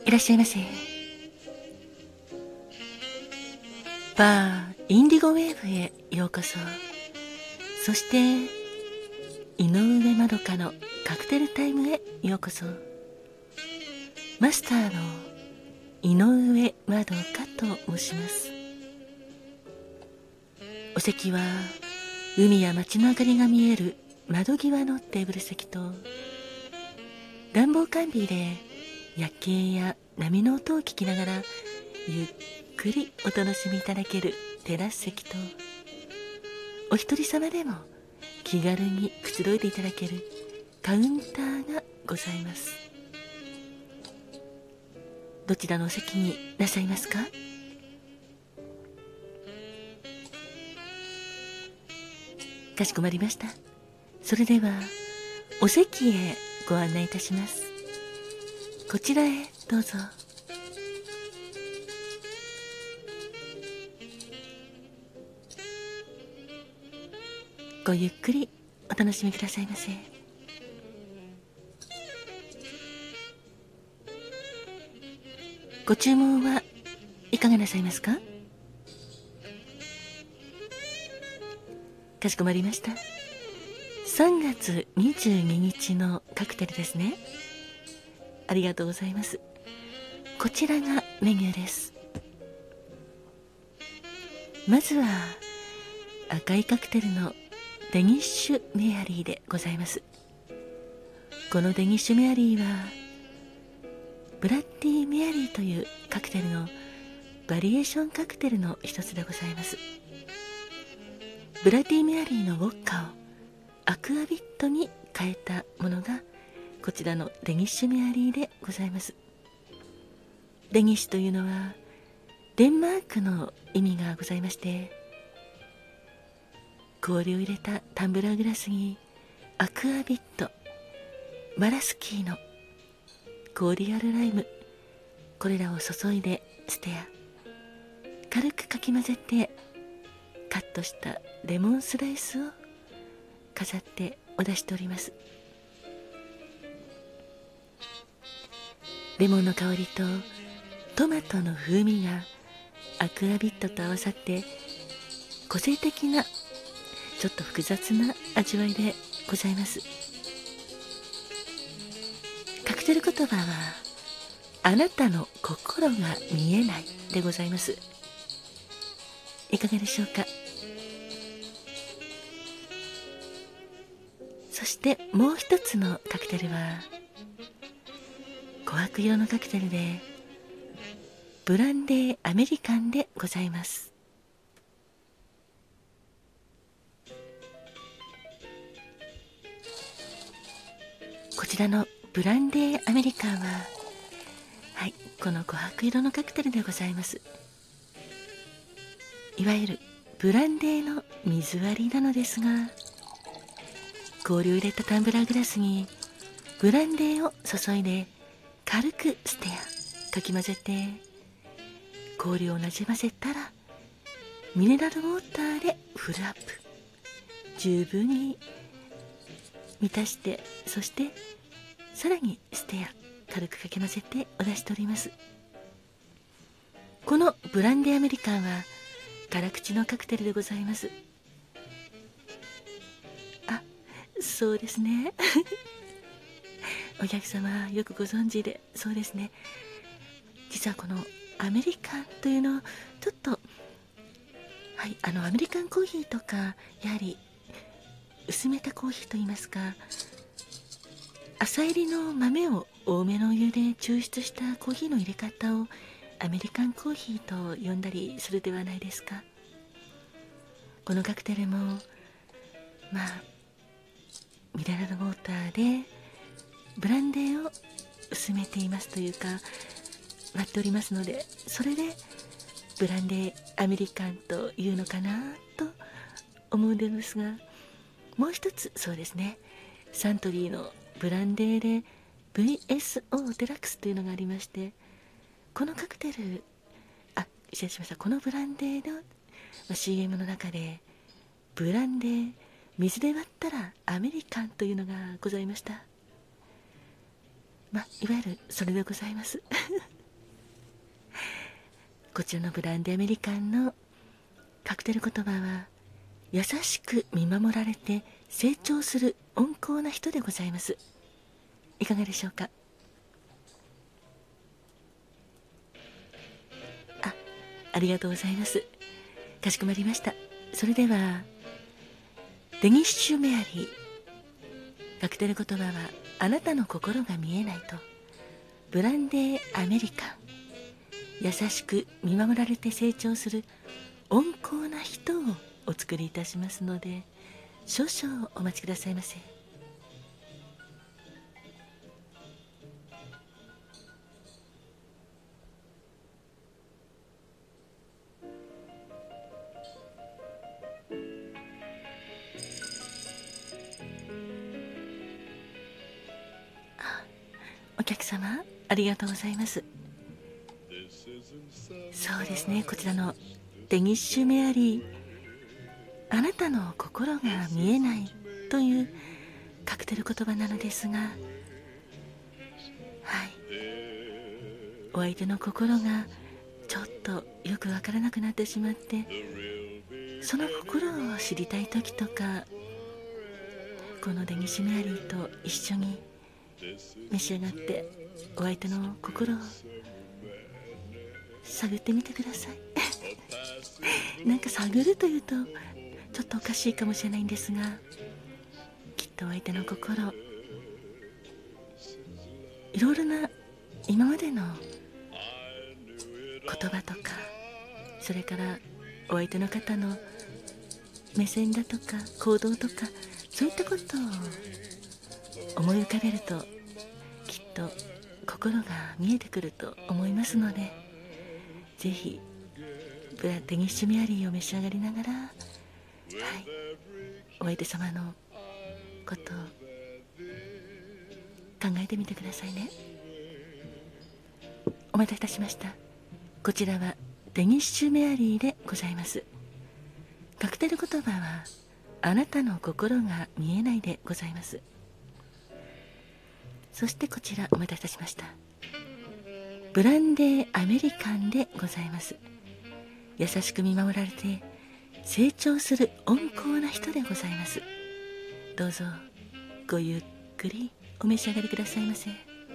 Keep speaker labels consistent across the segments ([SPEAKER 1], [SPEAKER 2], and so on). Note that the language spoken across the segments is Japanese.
[SPEAKER 1] いらっしゃいませ。バーインディゴウェーブへようこそ。そして井上まどかのカクテルタイムへようこそ。マスターの井上まどかと申します。お席は海や街の明かりが見える窓際のテーブル席と、暖房完備で夜景や波の音を聞きながらゆっくりお楽しみいただけるテラス席と、お一人様でも気軽にくつろいでいただけるカウンターがございます。どちらのお席になさいますか？かしこまりました。それではお席へご案内いたします。こちらへどうぞ。ごゆっくりお楽しみくださいませ。ご注文はいかがなさいますか？かしこまりました。3月22日のカクテルですね。ありがとうございます。こちらがメニューです。まずは赤いカクテルのデニッシュメアリーでございます。このデニッシュメアリーはブラッディメアリーというカクテルのバリエーションカクテルの一つでございます。ブラッディメアリーのウォッカをアクアビットに変えたものがこちらのデニッシュメアリーでございます。デニッシュというのはデンマークの意味がございまして、氷を入れたタンブラーグラスにアクアビット、マラスキーのコーディアルライム、これらを注いでステア、軽くかき混ぜてカットしたレモンスライスを飾ってお出しております。レモンの香りとトマトの風味がアクアビットと合わさって個性的なちょっと複雑な味わいでございます。カクテル言葉はあなたの心が見えないでございます。いかがでしょうか？そしてもう一つのカクテルは琥珀色のカクテルでブランデーアメリカンでございます。こちらのブランデーアメリカンは、はい、この琥珀色のカクテルでございます。いわゆるブランデーの水割りなのですが、氷を入れたタンブラーグラスにブランデーを注いで軽くステア、かき混ぜて氷をなじませたらミネラルウォーターでフルアップ、十分に満たして、そしてさらにステア軽くかき混ぜてお出しております。このブランデーアメリカンは辛口のカクテルでございます。あ、そうですねお客様よくご存知で、そうですね、実はこのアメリカンというのをちょっと、はい、アメリカンコーヒーとかやはり薄めたコーヒーといいますか、浅入りの豆を多めのお湯で抽出したコーヒーの入れ方をアメリカンコーヒーと呼んだりするではないですか。このカクテルもまあミネラルウォーターでブランデーを薄めていますというか割っておりますので、それでブランデーアメリカンというのかなと思うんですが、もう一つそうですね、サントリーのブランデーで VSO デラックスというのがありまして、このカクテル、失礼しました、このブランデーの、CM の中でブランデー水で割ったらアメリカンというのがございました。いわゆるそれでございますこちらのブランデーアメリカンのカクテル言葉は、優しく見守られて成長する温厚な人でございます。いかがでしょうか。ありがとうございます。かしこまりました。それではデニッシュメアリー、カクテル言葉はあなたの心が見えないと、ブランデーアメリカン、優しく見守られて成長する温厚な人をお作りいたしますので、少々お待ちくださいませ。お客様、ありがとうございます。そうですね、こちらのデニッシュメアリー、あなたの心が見えないというカクテル言葉なのですが、はい、お相手の心がちょっとよくわからなくなってしまって、その心を知りたい時とか、このデニッシュメアリーと一緒に召し上がってお相手の心を探ってみてください。なんか探るというとちょっとおかしいかもしれないんですが、きっとお相手の心、いろいろな今までの言葉とか、それからお相手の方の目線だとか行動とか、そういったことを思い浮かべると、きっと心が見えてくると思いますので、ぜひデニッシュメアリーを召し上がりながら、はい、お相手様のことを考えてみてくださいね。お待たせいたしました。こちらはデニッシュメアリーでございます。カクテル言葉はあなたの心が見えないでございます。そしてこちらお待たせいたしました。ブランデーアメリカンでございます。優しく見守られて成長する温厚な人でございます。どうぞごゆっくりお召し上がりくださいませ。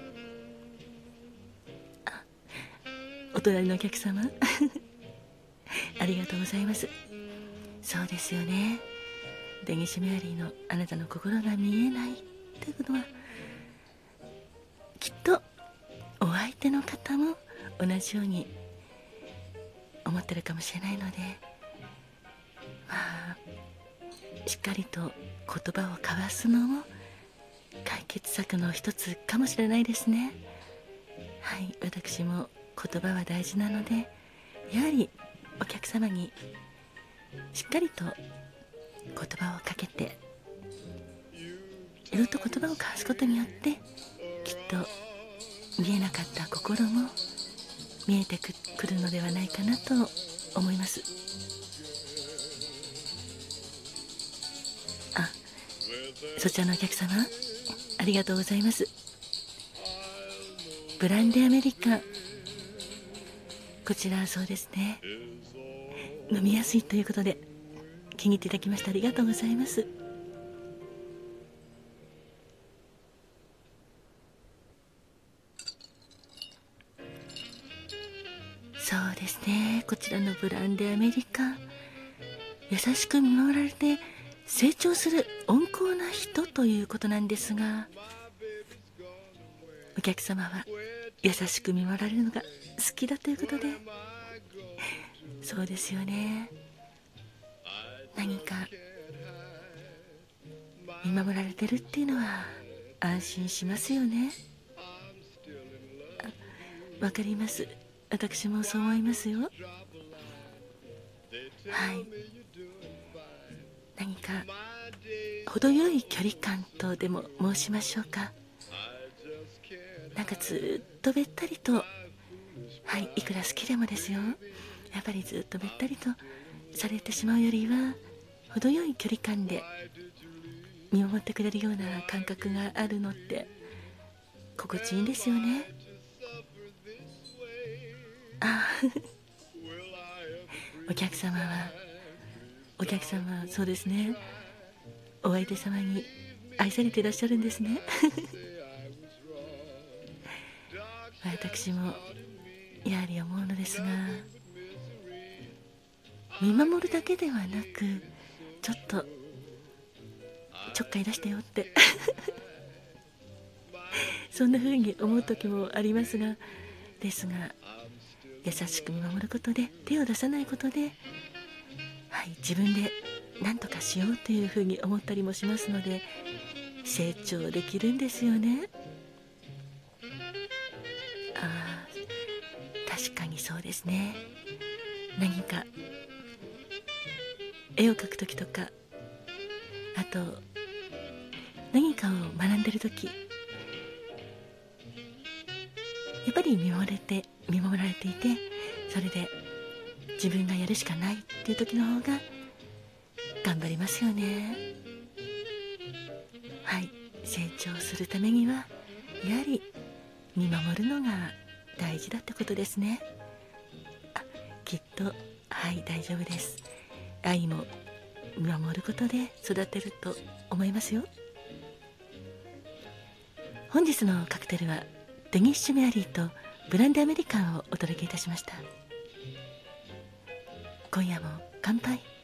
[SPEAKER 1] お隣のお客様ありがとうございます。そうですよね、デニッシュメアリーのあなたの心が見えないということは、きっとお相手の方も同じように思ってるかもしれないので、しっかりと言葉を交わすのも解決策の一つかもしれないですね。はい、私も言葉は大事なので、やはりお客様にしっかりと言葉をかけて、いろいろと言葉を交わすことによって、きっと見えなかった心も見えてくるのではないかなと思います。そちらのお客様、ありがとうございます。ブランデーアメリカン、こちらそうですね、飲みやすいということで気に入っていただきましてありがとうございます。そうですね、こちらのブランデーアメリカン、優しく見守られて成長する温厚な人ということなんですが、お客様は優しく見守られるのが好きだということで、そうですよね、何か見守られてるっていうのは安心しますよね。わかります、私もそう思いますよ。はい、何か程よい距離感とでも申しましょうか。なんかずっとべったりと、はい、いくら好きでもですよ、やっぱりずっとべったりとされてしまうよりは、程よい距離感で見守ってくれるような感覚があるのって心地いいんですよね。 お客様はそうですね、お相手様に愛されていらっしゃるんですね私もやはり思うのですが、見守るだけではなく、ちょっとちょっかい出してよってそんな風に思う時もありますが、ですが優しく見守ることで、手を出さないことで、はい、自分で何とかしようという風に思ったりもしますので、成長できるんですよね。確かにそうですね。何か絵を描くときとか、あと何かを学んでるとき、やっぱり見守られていて、それで自分がやるしかないっていう時の方が頑張りますよね。はい、成長するためにはやはり見守るのが大事だってことですね。きっとはい大丈夫です。愛も見守ることで育てると思いますよ。本日のカクテルはデニッシュメアリーとブランデーアメリカンをお届けいたしました。今夜も乾杯。